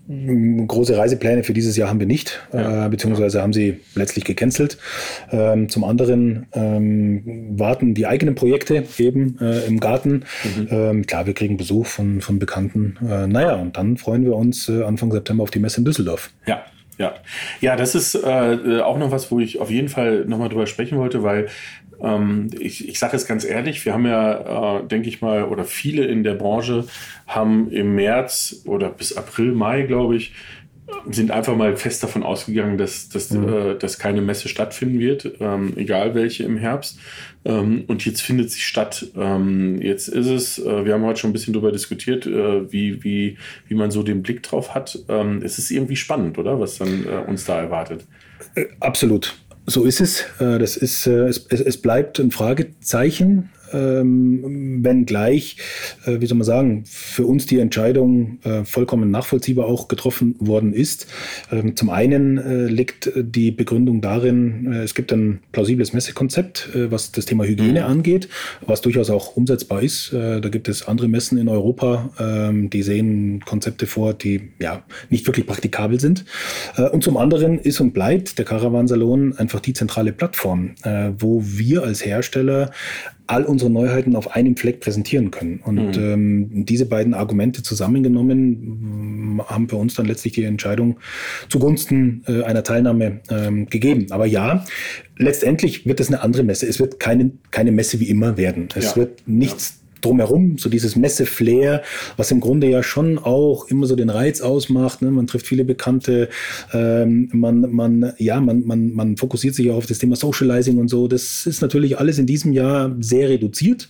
große Reisepläne für dieses Jahr haben wir nicht, ja. äh, beziehungsweise haben sie letztlich gecancelt. Ähm, zum anderen ähm, warten die eigenen Projekte eben äh, im Garten. Mhm. Ähm, klar, wir kriegen Besuch von, von Bekannten. Äh, naja, und dann freuen wir uns äh, Anfang September auf die Messe in Düsseldorf. Ja. Ja, ja, das ist äh, auch noch was, wo ich auf jeden Fall nochmal drüber sprechen wollte, weil Ähm, ich ich sage es ganz ehrlich, wir haben ja, äh, denke ich mal, oder viele in der Branche haben im März oder bis April, Mai, glaube ich, sind einfach mal fest davon ausgegangen, dass, dass, mhm. äh, dass keine Messe stattfinden wird, ähm, egal welche im Herbst. Ähm, und jetzt findet sie statt. Ähm, jetzt ist es, äh, wir haben heute schon ein bisschen darüber diskutiert, äh, wie, wie, wie man so den Blick drauf hat. Ähm, es ist irgendwie spannend, oder? Was dann äh, uns da erwartet. Äh, absolut. So ist es. Äh, das ist, äh, es, es bleibt ein Fragezeichen. Ähm, wenngleich, äh, wie soll man sagen, für uns die Entscheidung äh, vollkommen nachvollziehbar auch getroffen worden ist. Ähm, zum einen äh, liegt die Begründung darin, äh, es gibt ein plausibles Messekonzept, äh, was das Thema Hygiene mhm. angeht, was durchaus auch umsetzbar ist. Äh, da gibt es andere Messen in Europa, ähm, die sehen Konzepte vor, die ja nicht wirklich praktikabel sind. Äh, und zum anderen ist und bleibt der Caravan-Salon einfach die zentrale Plattform, äh, wo wir als Hersteller all unsere Neuheiten auf einem Fleck präsentieren können. Und mhm. ähm, diese beiden Argumente zusammengenommen haben für uns dann letztlich die Entscheidung zugunsten äh, einer Teilnahme ähm, gegeben. Aber ja, letztendlich wird es eine andere Messe. Es wird keine, keine Messe wie immer werden. Es ja. wird nichts ja. drumherum, so dieses Messe-Flair, was im Grunde ja schon auch immer so den Reiz ausmacht. Ne? Man trifft viele Bekannte, ähm, man, man, ja, man, man, man fokussiert sich auch auf das Thema Socializing und so. Das ist natürlich alles in diesem Jahr sehr reduziert.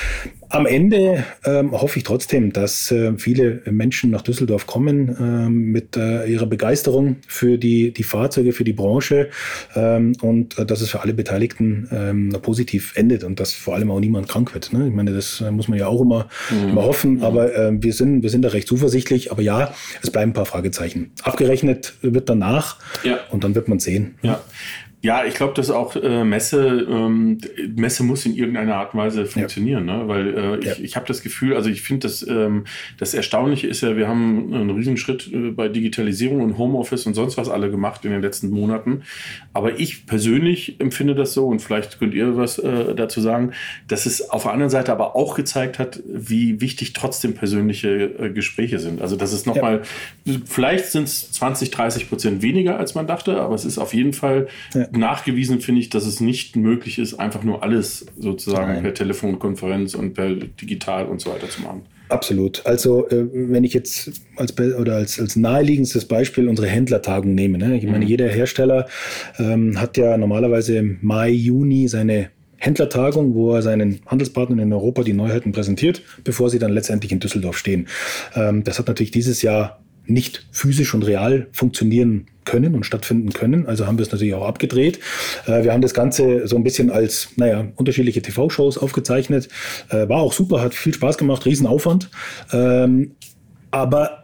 Am Ende ähm, hoffe ich trotzdem, dass äh, viele Menschen nach Düsseldorf kommen ähm, mit äh, ihrer Begeisterung für die, die Fahrzeuge, für die Branche ähm, und äh, dass es für alle Beteiligten ähm, positiv endet und dass vor allem auch niemand krank wird. Ne? Ich meine, das äh, muss man ja auch immer, mhm. immer hoffen, aber äh, wir sind, wir sind da recht zuversichtlich. Aber ja, es bleiben ein paar Fragezeichen. Abgerechnet wird danach ja. und dann wird man sehen. Ja. Ja, ich glaube, dass auch äh, Messe, ähm, Messe muss in irgendeiner Art und Weise funktionieren, ja. ne? Weil äh, ich, ja. ich habe das Gefühl, also ich finde, das, ähm, das Erstaunliche ist ja, wir haben einen Riesenschritt äh, bei Digitalisierung und Homeoffice und sonst was alle gemacht in den letzten Monaten. Aber ich persönlich empfinde das so, und vielleicht könnt ihr was äh, dazu sagen, dass es auf der anderen Seite aber auch gezeigt hat, wie wichtig trotzdem persönliche äh, Gespräche sind. Also dass es nochmal, ja. vielleicht sind es zwanzig, dreißig Prozent weniger, als man dachte, aber es ist auf jeden Fall ja. nachgewiesen, finde ich, dass es nicht möglich ist, einfach nur alles sozusagen Nein. per Telefonkonferenz und per digital und so weiter zu machen. Absolut. Also äh, wenn ich jetzt als oder als, als naheliegendstes Beispiel unsere Händlertagung nehme, ne? Ich meine, mhm. jeder Hersteller ähm, hat ja normalerweise im Mai, Juni seine Händlertagung, wo er seinen Handelspartnern in Europa die Neuheiten präsentiert, bevor sie dann letztendlich in Düsseldorf stehen. Ähm, das hat natürlich dieses Jahr nicht physisch und real funktionieren können und stattfinden können. Also haben wir es natürlich auch abgedreht. Äh, wir haben das Ganze so ein bisschen als, naja, unterschiedliche T V-Shows aufgezeichnet. Äh, war auch super, hat viel Spaß gemacht, Riesenaufwand. Ähm, aber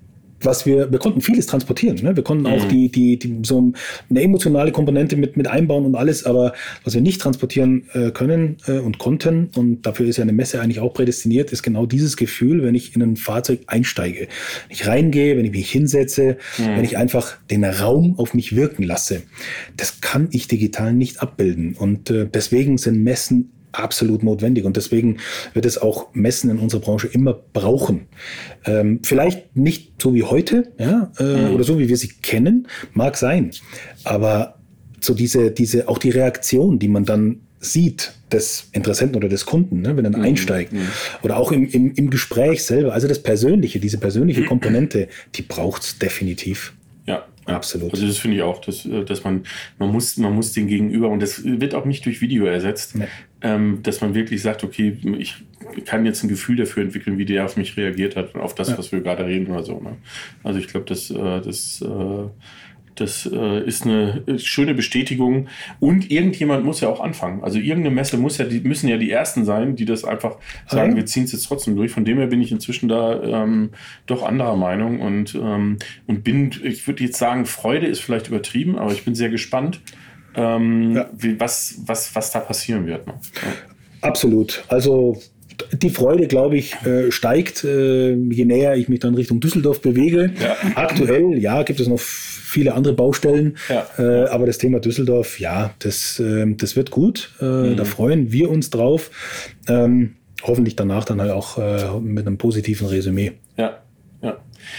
was wir, wir konnten vieles transportieren. Ne? Wir konnten auch mhm. die, die, die, so eine emotionale Komponente mit, mit einbauen und alles, aber was wir nicht transportieren äh, können äh, und konnten, und dafür ist ja eine Messe eigentlich auch prädestiniert, ist genau dieses Gefühl, wenn ich in ein Fahrzeug einsteige. Wenn ich reingehe, wenn ich mich hinsetze, mhm. wenn ich einfach den Raum auf mich wirken lasse. Das kann ich digital nicht abbilden. Und äh, deswegen sind Messen absolut notwendig, und deswegen wird es auch Messen in unserer Branche immer brauchen. Ähm, vielleicht nicht so wie heute, ja, äh, mhm. oder so wie wir sie kennen, mag sein, aber so diese, diese, auch die Reaktion, die man dann sieht des Interessenten oder des Kunden, ne, wenn er mhm. einsteigt, mhm. oder auch im, im, im Gespräch selber, also das Persönliche, diese persönliche Komponente, die braucht es definitiv. Ja, absolut. Also das finde ich auch, dass, dass man, man muss, man muss den Gegenüber, und das wird auch nicht durch Video ersetzt, nee. ähm, dass man wirklich sagt, okay, ich kann jetzt ein Gefühl dafür entwickeln, wie der auf mich reagiert hat, auf das, ja. was wir gerade reden oder so. Ne? Also ich glaube, das, das, das ist eine schöne Bestätigung, und irgendjemand muss ja auch anfangen. Also irgendeine Messe muss ja, die müssen ja die Ersten sein, die das einfach sagen, wir ziehen es jetzt trotzdem durch. Von dem her bin ich inzwischen da ähm, doch anderer Meinung, und, ähm, und bin, ich würde jetzt sagen, Freude ist vielleicht übertrieben, aber ich bin sehr gespannt, ähm, ja. wie, was, was, was da passieren wird. Ne? Ja. Absolut. Also die Freude, glaube ich, äh, steigt, äh, je näher ich mich dann Richtung Düsseldorf bewege. Ja. Aktuell, ja, gibt es noch viele andere Baustellen, ja. äh, aber das Thema Düsseldorf, ja, das, äh, das wird gut. Äh, mhm. Da freuen wir uns drauf. Ähm, hoffentlich danach dann halt auch äh, mit einem positiven Resümee. Ja, ja.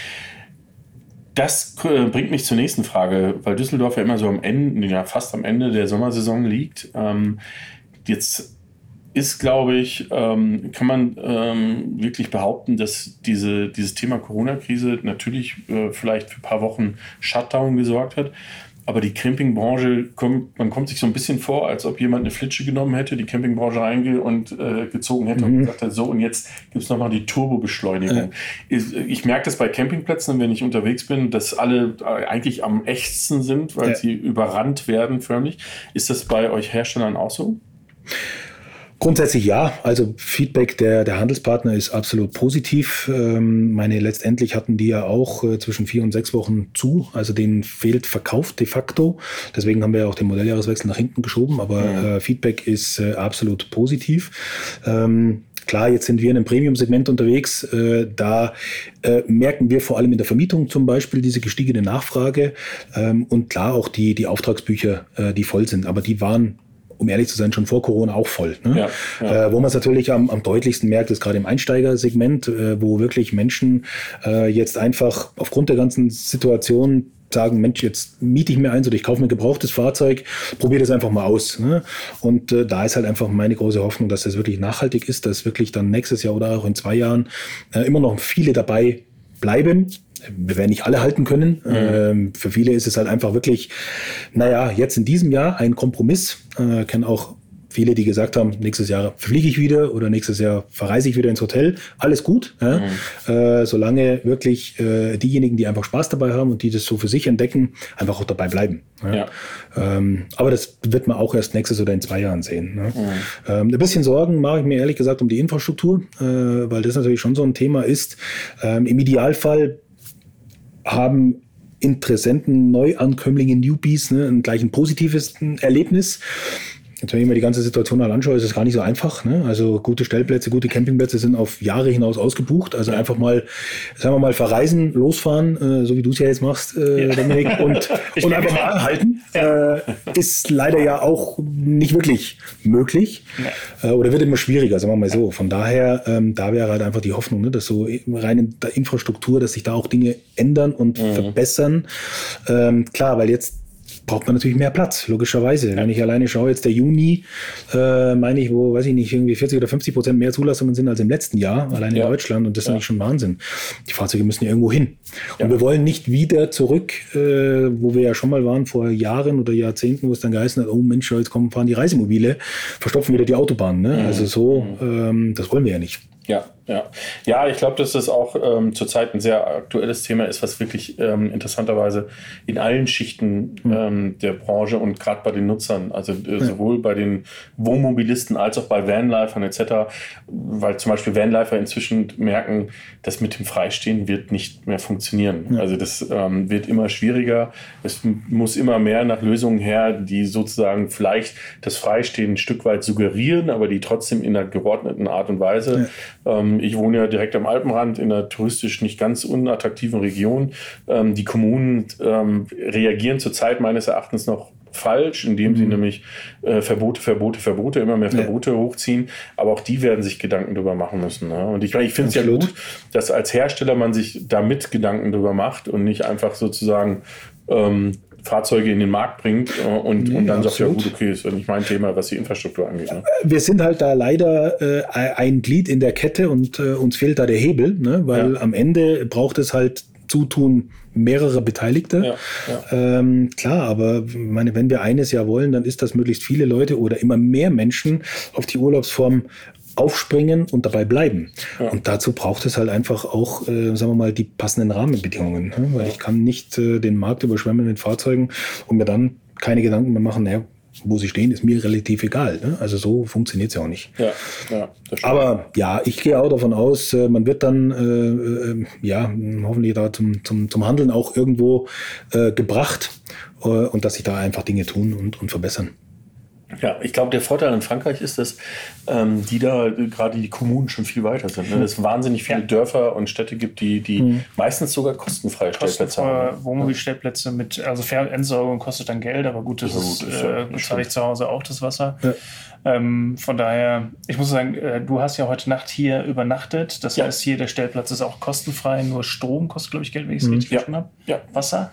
Das äh, bringt mich zur nächsten Frage, weil Düsseldorf ja immer so am Ende, ja fast am Ende der Sommersaison liegt. Ähm, jetzt ist, glaube ich, ähm, kann man ähm, wirklich behaupten, dass diese, dieses Thema Corona-Krise natürlich äh, vielleicht für ein paar Wochen Shutdown gesorgt hat. Aber die Campingbranche, kommt, man kommt sich so ein bisschen vor, als ob jemand eine Flitsche genommen hätte, die Campingbranche reinge und äh, gezogen hätte mhm. und gesagt hat, so und jetzt gibt es nochmal die Turbobeschleunigung. Ja. Ich, ich merke das bei Campingplätzen, wenn ich unterwegs bin, dass alle eigentlich am ächzen sind, weil ja. sie überrannt werden förmlich. Ist das bei euch Herstellern auch so? Grundsätzlich ja, also Feedback der, der Handelspartner ist absolut positiv. Ähm, meine, letztendlich hatten die ja auch äh, zwischen vier und sechs Wochen zu, also denen fehlt Verkauf de facto. Deswegen haben wir ja auch den Modelljahreswechsel nach hinten geschoben, aber ja. äh, Feedback ist äh, absolut positiv. Ähm, Klar, jetzt sind wir in einem Premium-Segment unterwegs. Äh, da äh, merken wir vor allem in der Vermietung zum Beispiel diese gestiegene Nachfrage ähm, und klar auch die, die Auftragsbücher, äh, die voll sind. Aber die waren, um ehrlich zu sein, schon vor Corona auch voll. Ne? Ja, ja. Äh, wo man es natürlich am, am deutlichsten merkt, ist gerade im Einsteigersegment, äh, wo wirklich Menschen äh, jetzt einfach aufgrund der ganzen Situation sagen, Mensch, jetzt miete ich mir eins oder ich kaufe mir ein gebrauchtes Fahrzeug, probiere das einfach mal aus. Ne? Und äh, da ist halt einfach meine große Hoffnung, dass das wirklich nachhaltig ist, dass wirklich dann nächstes Jahr oder auch in zwei Jahren äh, immer noch viele dabei bleiben. Wir werden nicht alle halten können. Mhm. Ähm, für viele ist es halt einfach wirklich, naja, jetzt in diesem Jahr ein Kompromiss. Äh, kennen auch viele, die gesagt haben, nächstes Jahr fliege ich wieder oder nächstes Jahr verreise ich wieder ins Hotel. Alles gut, ja? mhm. äh, solange wirklich äh, diejenigen, die einfach Spaß dabei haben und die das so für sich entdecken, einfach auch dabei bleiben. Ja? Ja. Ähm, aber das wird man auch erst nächstes oder in zwei Jahren sehen. Ne? Mhm. Ähm, ein bisschen Sorgen mache ich mir ehrlich gesagt um die Infrastruktur, äh, weil das natürlich schon so ein Thema ist. Ähm, im Idealfall haben Interessenten, Neuankömmlinge, Newbies ne, ein gleich ein positives Erlebnis. Jetzt, wenn ich mir die ganze Situation mal anschaue, ist es gar nicht so einfach. Ne? Also gute Stellplätze, gute Campingplätze sind auf Jahre hinaus ausgebucht. Also einfach mal, sagen wir mal, verreisen, losfahren, äh, so wie du es ja jetzt machst, äh, ja. Dominik, und, und einfach mal anhalten, ja. äh, ist leider ja auch nicht wirklich möglich ja. äh, oder wird immer schwieriger, sagen wir mal so. Von daher, ähm, da wäre halt einfach die Hoffnung, ne, dass so rein in der Infrastruktur, dass sich da auch Dinge ändern und mhm. verbessern. Ähm, klar, weil jetzt braucht man natürlich mehr Platz, logischerweise. Ja. Wenn ich alleine schaue, jetzt der Juni, äh, meine ich, wo, weiß ich nicht, irgendwie vierzig oder fünfzig Prozent mehr Zulassungen sind als im letzten Jahr, allein ja. in Deutschland. Und das ja. ist eigentlich schon Wahnsinn. Die Fahrzeuge müssen ja irgendwo hin. Ja. Und wir wollen nicht wieder zurück, äh, wo wir ja schon mal waren, vor Jahren oder Jahrzehnten, wo es dann geheißen hat, oh Mensch, jetzt kommen, fahren die Reisemobile, verstopfen wieder die Autobahnen. Ne? Mhm. Also so, ähm, das wollen wir ja nicht. Ja, ja. Ja, ich glaube, dass das auch ähm, zurzeit ein sehr aktuelles Thema ist, was wirklich ähm, interessanterweise in allen Schichten ähm, der Branche und gerade bei den Nutzern, also äh, ja. sowohl bei den Wohnmobilisten als auch bei Vanlifern et cetera, weil zum Beispiel Vanlifer inzwischen merken, das mit dem Freistehen wird nicht mehr funktionieren. Ja. Also das ähm, wird immer schwieriger. Es muss immer mehr nach Lösungen her, die sozusagen vielleicht das Freistehen ein Stück weit suggerieren, aber die trotzdem in einer geordneten Art und Weise. Ja. Ähm, ich wohne ja direkt am Alpenrand in einer touristisch nicht ganz unattraktiven Region. Ähm, die Kommunen ähm, reagieren zurzeit meines Erachtens noch falsch, indem sie mhm. nämlich äh, Verbote, Verbote, Verbote, immer mehr Verbote ja. hochziehen. Aber auch die werden sich Gedanken darüber machen müssen. Ne? Und ich, ich finde es ja gut, dass als Hersteller man sich damit Gedanken darüber macht und nicht einfach sozusagen ähm, Fahrzeuge in den Markt bringt und, nee, und dann sagt, ja gut, okay, ist nicht mein Thema, was die Infrastruktur angeht. Ne? Wir sind halt da leider äh, ein Glied in der Kette und äh, uns fehlt da der Hebel, ne? Weil ja. am Ende braucht es halt Zutun mehrerer Beteiligte. Ja, ja. Ähm, klar, aber meine, wenn wir eines ja wollen, dann ist das möglichst viele Leute oder immer mehr Menschen auf die Urlaubsform aufspringen und dabei bleiben. Ja. Und dazu braucht es halt einfach auch, äh, sagen wir mal, die passenden Rahmenbedingungen. Ne? Weil ich kann nicht äh, den Markt überschwemmen mit Fahrzeugen und mir dann keine Gedanken mehr machen, naja, wo sie stehen, ist mir relativ egal. Ne? Also so funktioniert es ja auch nicht. Ja, ja, das stimmt. Aber ja, ich gehe auch davon aus, äh, man wird dann äh, äh, ja hoffentlich da zum, zum, zum Handeln auch irgendwo äh, gebracht äh, und dass sich da einfach Dinge tun und, und verbessern. Ja, ich glaube, der Vorteil in Frankreich ist, dass ähm, die da äh, gerade die Kommunen schon viel weiter sind. Ne? Dass es wahnsinnig viele ja. Dörfer und Städte gibt, die, die mhm. meistens sogar kostenfreie Stellplätze haben. Wohnmobilstellplätze mit, also Fernentsorgung kostet dann Geld, aber gut, das, das, ist, ja, das äh, zahle ich zu Hause auch das Wasser. Ja. Ähm, von daher, ich muss sagen, äh, du hast ja heute Nacht hier übernachtet. Das ja. heißt, hier der Stellplatz ist auch kostenfrei, nur Strom kostet, glaube ich, Geld, wenn ich es mhm. richtig verstanden habe. Ja. Wasser?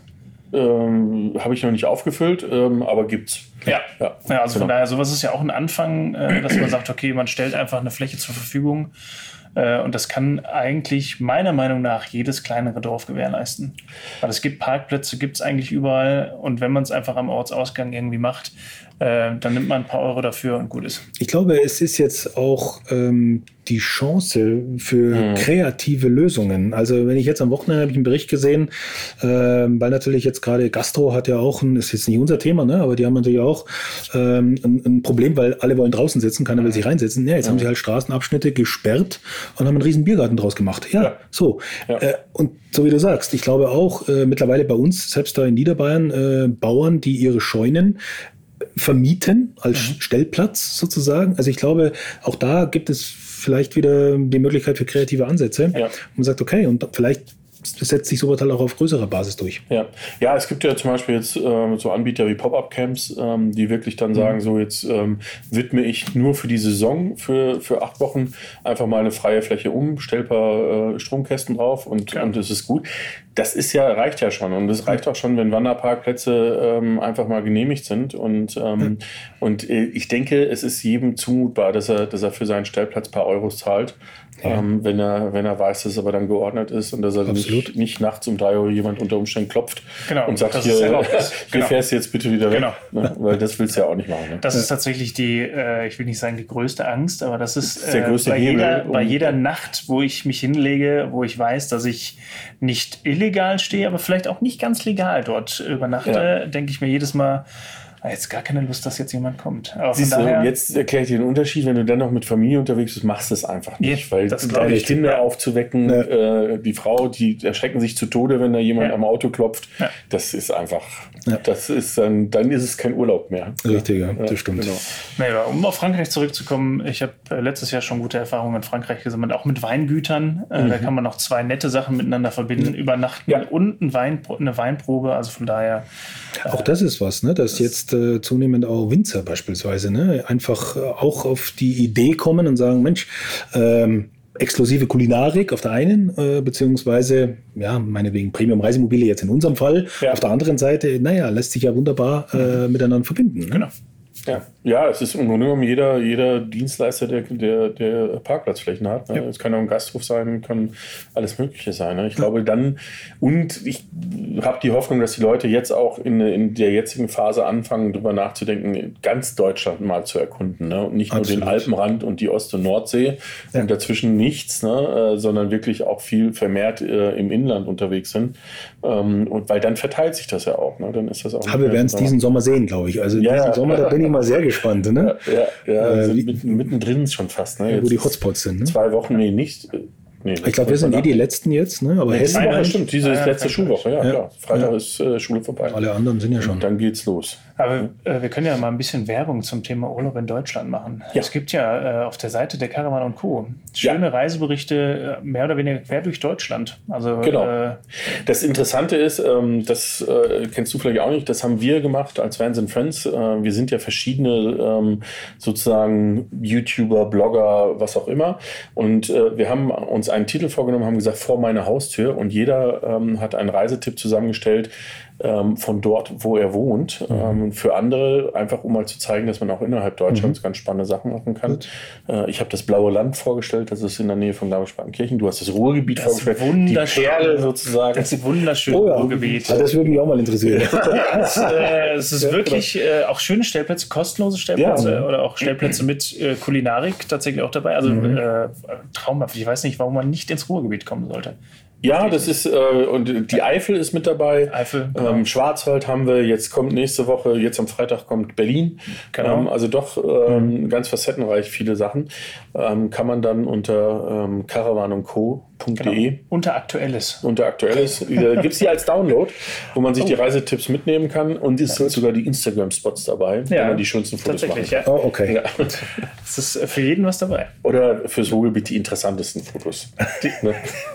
ähm, habe ich noch nicht aufgefüllt, ähm, aber gibt's. Ja, ja. ja also genau. Von daher, sowas ist ja auch ein Anfang, äh, dass man sagt, okay, man stellt einfach eine Fläche zur Verfügung. Äh, und das kann eigentlich meiner Meinung nach jedes kleinere Dorf gewährleisten. Weil es gibt Parkplätze, gibt es eigentlich überall. Und wenn man es einfach am Ortsausgang irgendwie macht, äh, dann nimmt man ein paar Euro dafür und gut ist. Ich glaube, es ist jetzt auch ähm, die Chance für mhm. kreative Lösungen. Also wenn ich jetzt am Wochenende habe ich einen Bericht gesehen, äh, weil natürlich jetzt gerade Gastro hat ja auch, ein, ist jetzt nicht unser Thema, ne, aber die haben natürlich auch ähm, ein, ein Problem, weil alle wollen draußen sitzen, keiner will sich reinsetzen. Ja, jetzt mhm. haben sie halt Straßenabschnitte gesperrt und haben einen riesen Biergarten draus gemacht. Ja, ja. so. Ja. Äh, und so wie du sagst, ich glaube auch äh, mittlerweile bei uns, selbst da in Niederbayern, äh, Bauern, die ihre Scheunen vermieten als mhm. Stellplatz sozusagen. Also ich glaube, auch da gibt es vielleicht wieder die Möglichkeit für kreative Ansätze. Ja. Und man sagt, okay, und vielleicht setzt sich sowas halt auch auf größerer Basis durch. Ja, ja, es gibt ja zum Beispiel jetzt ähm, so Anbieter wie Pop-Up-Camps, ähm, die wirklich dann sagen, mhm. so jetzt ähm, widme ich nur für die Saison, für, für acht Wochen einfach mal eine freie Fläche um, stell ein paar äh, Stromkästen drauf und, ja. und es ist gut. Das ist ja, reicht ja schon. Und es reicht auch schon, wenn Wanderparkplätze ähm, einfach mal genehmigt sind. Und, ähm, mhm. und äh, ich denke, es ist jedem zumutbar, dass er, dass er für seinen Stellplatz ein paar Euros zahlt. Ja. Ähm, wenn er, wenn er weiß, dass es aber dann geordnet ist und dass er nicht, nicht nachts um drei Uhr jemand unter Umständen klopft genau, und sagt, hier, hier genau. fährst du jetzt bitte wieder weg. Genau. Ne? Weil das willst du ja auch nicht machen. Ne? Das ist tatsächlich die, äh, ich will nicht sagen die größte Angst, aber das ist, das ist der größte äh, bei, Hebel, jeder, um bei jeder Nacht, wo ich mich hinlege, wo ich weiß, dass ich nicht illegal stehe, aber vielleicht auch nicht ganz legal dort übernachte, ja. denke ich mir jedes Mal, jetzt gar keine Lust, dass jetzt jemand kommt. Aber Siehst du, jetzt erkläre ich dir den Unterschied, wenn du dann noch mit Familie unterwegs bist, machst du es einfach nicht. Ja, weil deine Kinder ja. aufzuwecken, ja. äh, die Frau, die erschrecken sich zu Tode, wenn da jemand ja. am Auto klopft. Ja. Das ist einfach, ja. das ist dann, dann ist es kein Urlaub mehr. Richtig, ja, das stimmt. Genau. Naja, um auf Frankreich zurückzukommen, ich habe äh, letztes Jahr schon gute Erfahrungen in Frankreich gesammelt, auch mit Weingütern. Äh, mhm. Da kann man noch zwei nette Sachen miteinander verbinden, mhm. übernachten ja. und ein Wein, eine Weinprobe. Also von daher. Äh, auch das ist was, ne? Dass das jetzt äh, zunehmend auch Winzer beispielsweise, ne? Einfach äh, auch auf die Idee kommen und sagen, Mensch, ähm, exklusive Kulinarik auf der einen, äh, beziehungsweise, ja, meinetwegen Premium-Reisemobile jetzt in unserem Fall. Ja. Auf der anderen Seite, naja, lässt sich ja wunderbar äh, miteinander verbinden. Ne? Genau. Ja. ja, es ist im Grunde genommen jeder, jeder Dienstleister, der, der, der Parkplatzflächen hat. Ne? Ja. Es kann auch ein Gasthof sein, kann alles Mögliche sein. Ne? Ich ja. glaube dann, und ich habe die Hoffnung, dass die Leute jetzt auch in, in der jetzigen Phase anfangen, darüber nachzudenken, ganz Deutschland mal zu erkunden. Ne? Und nicht Absolut. nur den Alpenrand und die Ost- und Nordsee ja. und dazwischen nichts, ne? äh, sondern wirklich auch viel vermehrt äh, im Inland unterwegs sind. Ähm, und weil dann verteilt sich das ja auch. Ne? Dann ist das auch. Aber wir werden es diesen Sommer sehen, glaube ich. Also ja, diesen Sommer, da bin ich mal sehr gespannt. Ne? Ja, ja, äh, sind mitten, mittendrin schon fast. Ne? Ja, wo die Hotspots sind. Ne? Zwei Wochen, nee, nicht. Nee, ich glaube, wir sind eh die Letzten jetzt, ne? Aber nee, Hessen ja, stimmt, diese ist letzte Schulwoche, ja, ja klar. Freitag ja. ist äh, Schule vorbei. Alle anderen sind ja schon. Und dann geht's los. Aber äh, wir können ja mal ein bisschen Werbung zum Thema Urlaub in Deutschland machen. Ja. Es gibt ja äh, auf der Seite der Caravan und Co. schöne ja. Reiseberichte, äh, mehr oder weniger quer durch Deutschland. Also, genau. Äh, das Interessante ist, ähm, das äh, kennst du vielleicht auch nicht, das haben wir gemacht als Vans and Friends. Äh, wir sind ja verschiedene ähm, sozusagen YouTuber, Blogger, was auch immer. Und äh, wir haben uns einen Titel vorgenommen, haben gesagt, vor meiner Haustür. Und jeder ähm, hat einen Reisetipp zusammengestellt, ähm, von dort, wo er wohnt. Mhm. Ähm, für andere, einfach um mal zu zeigen, dass man auch innerhalb Deutschlands mhm. ganz spannende Sachen machen kann. Äh, ich habe das Blaue Land vorgestellt, das ist in der Nähe von Garmisch-Partenkirchen. Du hast das Ruhrgebiet das vorgestellt. Die Perle sozusagen. Das ist wunderschöne oh, ja. Ruhrgebiet. Ja, das würde mich auch mal interessieren. Es äh, ist ja, wirklich äh, auch schöne Stellplätze, kostenlose Stellplätze ja. oder auch Stellplätze mit äh, Kulinarik tatsächlich auch dabei. Also mhm. äh, traumhaft. Ich weiß nicht, warum man nicht ins Ruhrgebiet kommen sollte. Ja, das ist, äh, und die Eifel ist mit dabei. Eifel. Genau. Ähm, Schwarzwald haben wir, jetzt kommt nächste Woche, jetzt am Freitag kommt Berlin. Genau. Ähm, also doch ähm, mhm. ganz facettenreich viele Sachen. Ähm, kann man dann unter ähm, caravan und co punkt de. Genau. Unter Aktuelles. Unter Aktuelles. Gibt es die als Download, wo man sich oh. die Reisetipps mitnehmen kann. Und es sind sogar die Instagram-Spots dabei, ja, wo man die schönsten Fotos macht. Ja. Oh, okay. Ja. Es ist für jeden was dabei. Oder fürs Ruhrgebiet die interessantesten Fotos. Die, ne?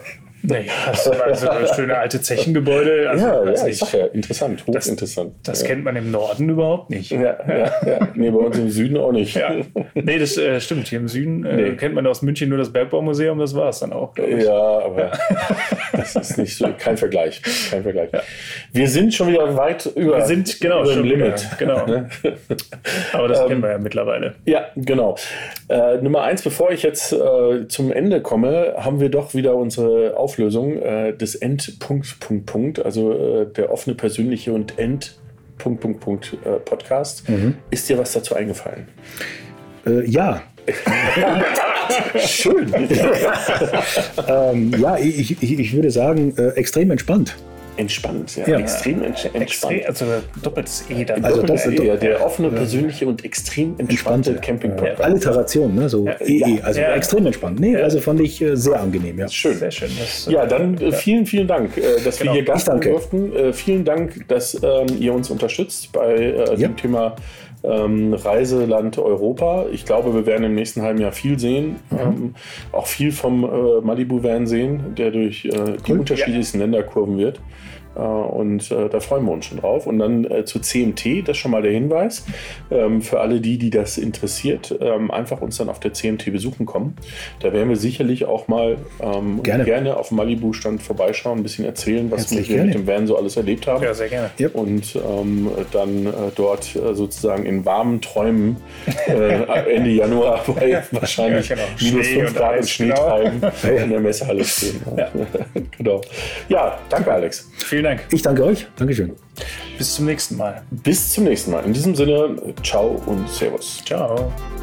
Naja, das war so eine schöne alte Zechengebäude. Also, ja, weiß ja, nicht. ich sag ja, interessant, hochinteressant. Das ja. kennt man im Norden überhaupt nicht. Ja, ja, ja. Nee, bei uns im Süden auch nicht. Ja. Nee, das äh, stimmt. Hier im Süden äh, Nee. kennt man aus München nur das Bergbaumuseum, das war es dann auch. glaub ich. Ja, aber das ist nicht so, kein Vergleich. Kein Vergleich. Wir sind schon wieder weit über, Wir sind genau über dem schon Limit. wieder, genau. Aber das Ähm, kennen wir ja mittlerweile. Ja, genau. Äh, Nummer eins, bevor ich jetzt äh, zum Ende komme, haben wir doch wieder unsere Auflösung äh, des End-Punkt, Punkt, Punkt, also äh, der offene, persönliche und End- Punkt, Punkt, Punkt äh, Podcast. Mhm. Ist dir was dazu eingefallen? Äh, ja. Schön. ähm, ja, ich, ich, ich würde sagen, äh, extrem entspannt. Entspannt, ja. Ja. Extrem ents entspannt. Extrem, also doppeltes E dann. Also Das das- ist ja der offene, persönliche und extrem entspannte Camping-Podcast. Äh, Alliteration, ne? So E E, also ja. extrem entspannt. Nee, also fand ich äh, sehr angenehm, ja. Schön. Sehr schön. Das, Ja, dann äh, vielen, vielen Dank, äh, dass Genau. wir hier Gast Ich danke. sein durften. Äh, vielen Dank, dass ähm, ihr uns unterstützt bei äh, Ja. dem Thema ähm, Reiseland Europa. Ich glaube, wir werden im nächsten halben Jahr viel sehen. Ähm, auch viel vom äh, Malibu-Van sehen, der durch äh, die unterschiedlichsten Länder kurven wird. Äh, und äh, da freuen wir uns schon drauf. Und dann äh, zu C M T, das ist schon mal der Hinweis. Ähm, für alle die, die das interessiert, ähm, einfach uns dann auf der C M T besuchen kommen. Da werden wir sicherlich auch mal ähm, Gerne. gerne auf dem Malibu-Stand vorbeischauen, ein bisschen erzählen, was Herzlich wir mit gerne. dem Van so alles erlebt haben. ja, sehr gerne. Ja. Und ähm, dann äh, dort äh, sozusagen in warmen Träumen äh, Ende Januar bei wahrscheinlich Ja, genau. minus Schnee fünf und Grad im Eis, Schnee genau. treiben in der Messehalle stehen. Ja. Genau. Ja, danke Alex. Vielen Dank. Ich danke euch. Dankeschön. Bis zum nächsten Mal. Bis zum nächsten Mal. In diesem Sinne, ciao und servus. Ciao.